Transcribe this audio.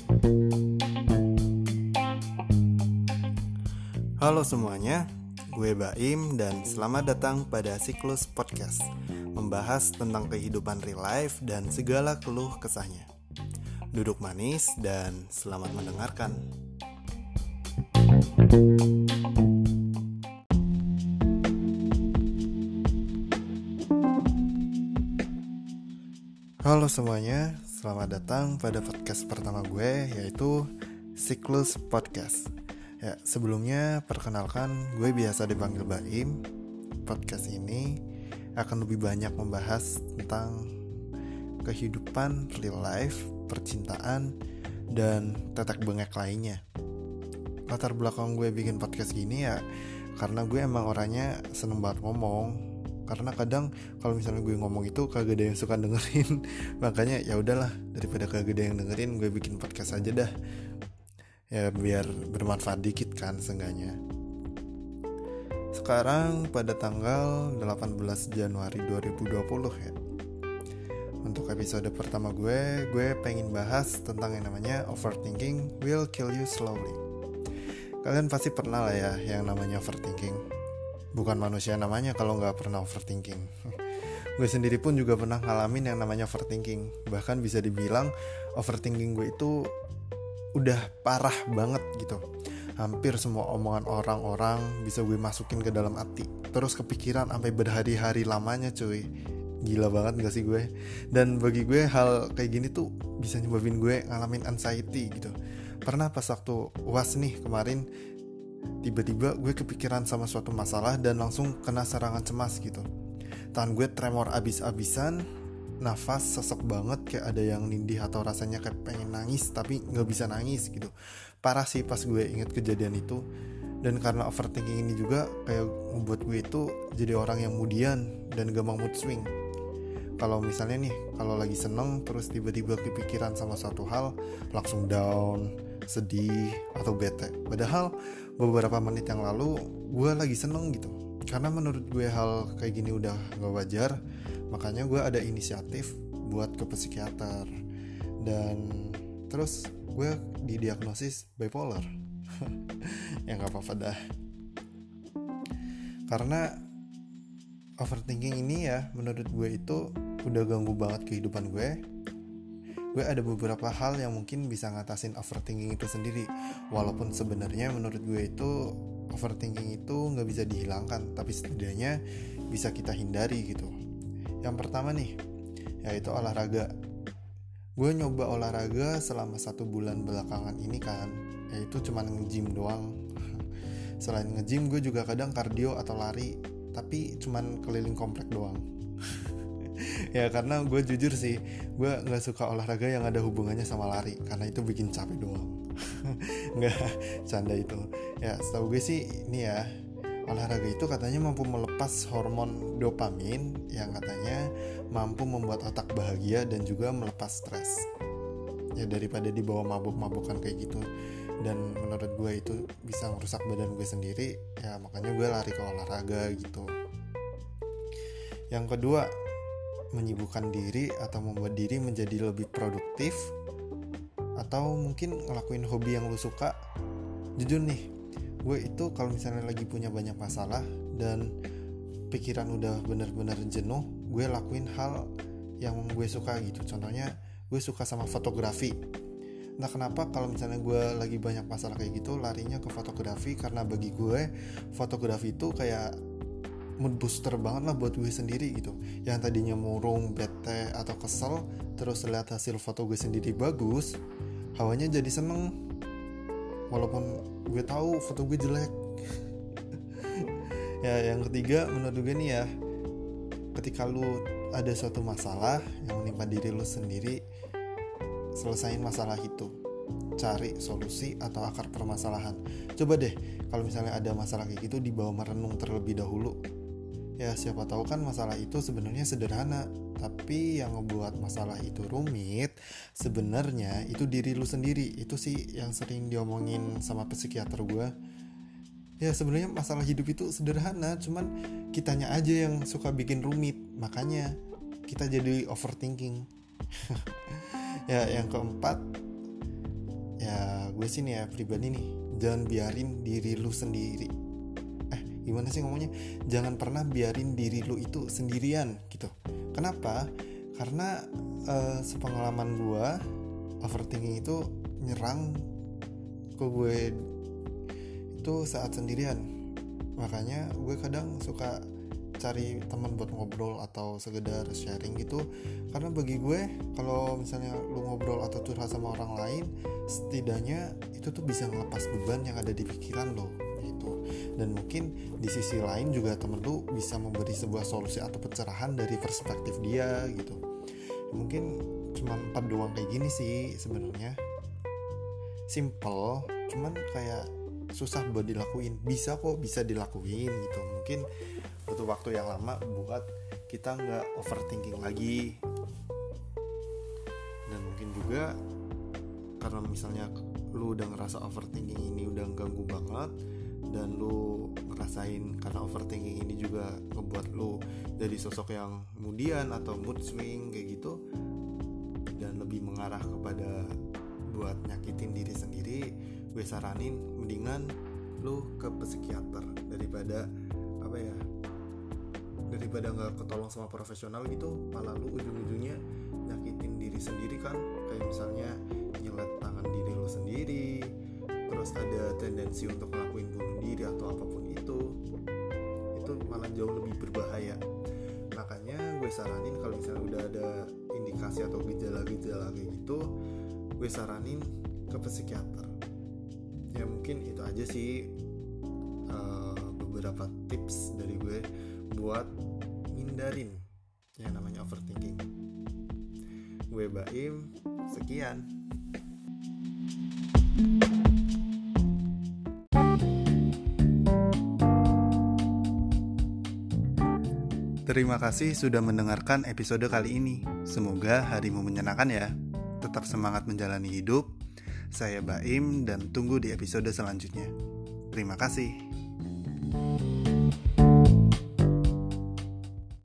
Halo semuanya, gue Baim dan selamat datang pada Siklus Podcast, membahas tentang kehidupan real life dan segala keluh kesahnya. Duduk manis dan selamat mendengarkan. Halo semuanya, selamat datang pada podcast pertama gue, yaitu Siklus Podcast. Ya, sebelumnya perkenalkan, gue biasa dipanggil Baim. Podcast ini akan lebih banyak membahas tentang kehidupan real life, percintaan, dan tetek bengek lainnya. Latar belakang gue bikin podcast gini ya karena gue emang orangnya seneng banget ngomong. Karena kadang kalau misalnya gue ngomong itu kagak ada yang suka dengerin. Makanya ya udahlah, daripada kagak ada yang dengerin, gue bikin podcast aja dah. Ya biar bermanfaat dikit kan seenggaknya. Sekarang pada tanggal 18 Januari 2020 ya. Untuk episode pertama gue pengen bahas tentang yang namanya overthinking will kill you slowly. Kalian pasti pernah lah ya yang namanya overthinking. Bukan manusia namanya kalau gak pernah overthinking. Gue sendiri pun juga pernah ngalamin yang namanya overthinking. Bahkan bisa dibilang overthinking gue itu udah parah banget gitu. Hampir semua omongan orang-orang bisa gue masukin ke dalam hati. Terus kepikiran sampai berhari-hari lamanya cuy. Gila banget gak sih gue? Dan bagi gue hal kayak gini tuh bisa nyebabin gue ngalamin anxiety gitu. Pernah pas waktu UAS nih kemarin, tiba-tiba gue kepikiran sama suatu masalah dan langsung kena serangan cemas gitu. Tangan gue tremor abis-abisan, nafas sesek banget kayak ada yang nindih atau rasanya kayak pengen nangis tapi gak bisa nangis gitu. Parah sih pas gue inget kejadian itu. Dan karena overthinking ini juga kayak membuat gue itu jadi orang yang mudian dan gampang mood swing. Kalau misalnya nih, kalau lagi seneng terus tiba-tiba kepikiran sama suatu hal, langsung down, sedih, atau bete. Padahal beberapa menit yang lalu gue lagi seneng gitu. Karena menurut gue hal kayak gini udah gak wajar, makanya gue ada inisiatif buat ke psikiater. Dan terus gue didiagnosis bipolar. Ya gak apa-apa dah. Karena overthinking ini ya menurut gue itu udah ganggu banget kehidupan gue. Gue ada beberapa hal yang mungkin bisa ngatasin overthinking itu sendiri. Walaupun sebenarnya menurut gue itu overthinking itu gak bisa dihilangkan, tapi setidaknya bisa kita hindari gitu. Yang pertama nih, yaitu olahraga. Gue nyoba olahraga selama 1 bulan belakangan ini kan, yaitu cuman nge-gym doang. Selain nge-gym gue juga kadang kardio atau lari, tapi cuman keliling komplek doang. Ya karena gue jujur sih, gue gak suka olahraga yang ada hubungannya sama lari, karena itu bikin capek doang. Nggak, canda itu. Ya setahu gue sih ini ya, olahraga itu katanya mampu melepas hormon dopamin yang katanya mampu membuat otak bahagia dan juga melepas stres. Ya daripada dibawa mabuk-mabukan kayak gitu. Dan menurut gue itu bisa merusak badan gue sendiri. Ya makanya gue lari ke olahraga gitu. Yang kedua, menyibukkan diri atau membuat diri menjadi lebih produktif, atau mungkin ngelakuin hobi yang lu suka. Jujur nih, gue itu kalau misalnya lagi punya banyak masalah dan pikiran udah bener-bener jenuh, gue lakuin hal yang gue suka gitu. Contohnya gue suka sama fotografi. Nah kenapa kalau misalnya gue lagi banyak masalah kayak gitu larinya ke fotografi, karena bagi gue fotografi itu kayak mood booster banget lah buat gue sendiri gitu. Yang tadinya murung, bete, atau kesel, terus lihat hasil foto gue sendiri bagus, hawanya jadi seneng. Walaupun gue tahu foto gue jelek. Ya yang ketiga menurut gue nih ya, ketika lu ada suatu masalah yang menimpa diri lu sendiri, selesain masalah itu. Cari solusi atau akar permasalahan. Coba deh kalau misalnya ada masalah kayak gitu dibawa merenung terlebih dahulu. Ya siapa tahu kan masalah itu sebenarnya sederhana, tapi yang ngebuat masalah itu rumit sebenarnya itu diri lu sendiri. Itu sih yang sering diomongin sama psikiater gue. Ya sebenarnya masalah hidup itu sederhana, cuman kitanya aja yang suka bikin rumit. Makanya kita jadi overthinking. Ya yang keempat, ya gue sih nih ya pribadi nih, jangan biarin diri lu sendiri. Gimana sih ngomongnya? Jangan pernah biarin diri lu itu sendirian gitu. Kenapa? Karena sepengalaman gue, overthinking itu nyerang ke gue itu saat sendirian. Makanya gue kadang suka cari teman buat ngobrol atau sekedar sharing gitu. Karena bagi gue, kalau misalnya lu ngobrol atau curhat sama orang lain, setidaknya itu tuh bisa ngelepas beban yang ada di pikiran lo gitu. Dan mungkin di sisi lain juga temen lu bisa memberi sebuah solusi atau pencerahan dari perspektif dia gitu. Mungkin cuma 4 doang kayak gini sih sebenarnya. Simple, cuman kayak susah buat dilakuin. Bisa kok, bisa dilakuin gitu. Mungkin butuh waktu yang lama buat kita nggak overthinking lagi. Dan mungkin juga karena misalnya lu udah ngerasa overthinking ini udah ganggu banget, dan lu ngerasain karena overthinking ini juga ngebuat lu jadi sosok yang kemudian atau mood swing kayak gitu, dan lebih mengarah kepada buat nyakitin diri sendiri, gue saranin mendingan lu ke psikiater daripada nggak ketolong sama profesional gitu, malah lu ujung-ujungnya nyakitin diri sendiri kan. Kayak misalnya nyelet tangan diri lu sendiri, terus ada tendensi untuk ngelakuin bunuh diri atau apapun itu malah jauh lebih berbahaya. Makanya gue saranin kalau misalnya udah ada indikasi atau gejala-gejala kayak gitu, gue saranin ke psikiater. Ya mungkin itu aja sih beberapa tips dari gue buat hindarin yang namanya overthinking. Gue Baim, sekian. Terima kasih sudah mendengarkan episode kali ini. Semoga harimu menyenangkan ya. Tetap semangat menjalani hidup. Saya Baim dan tunggu di episode selanjutnya. Terima kasih.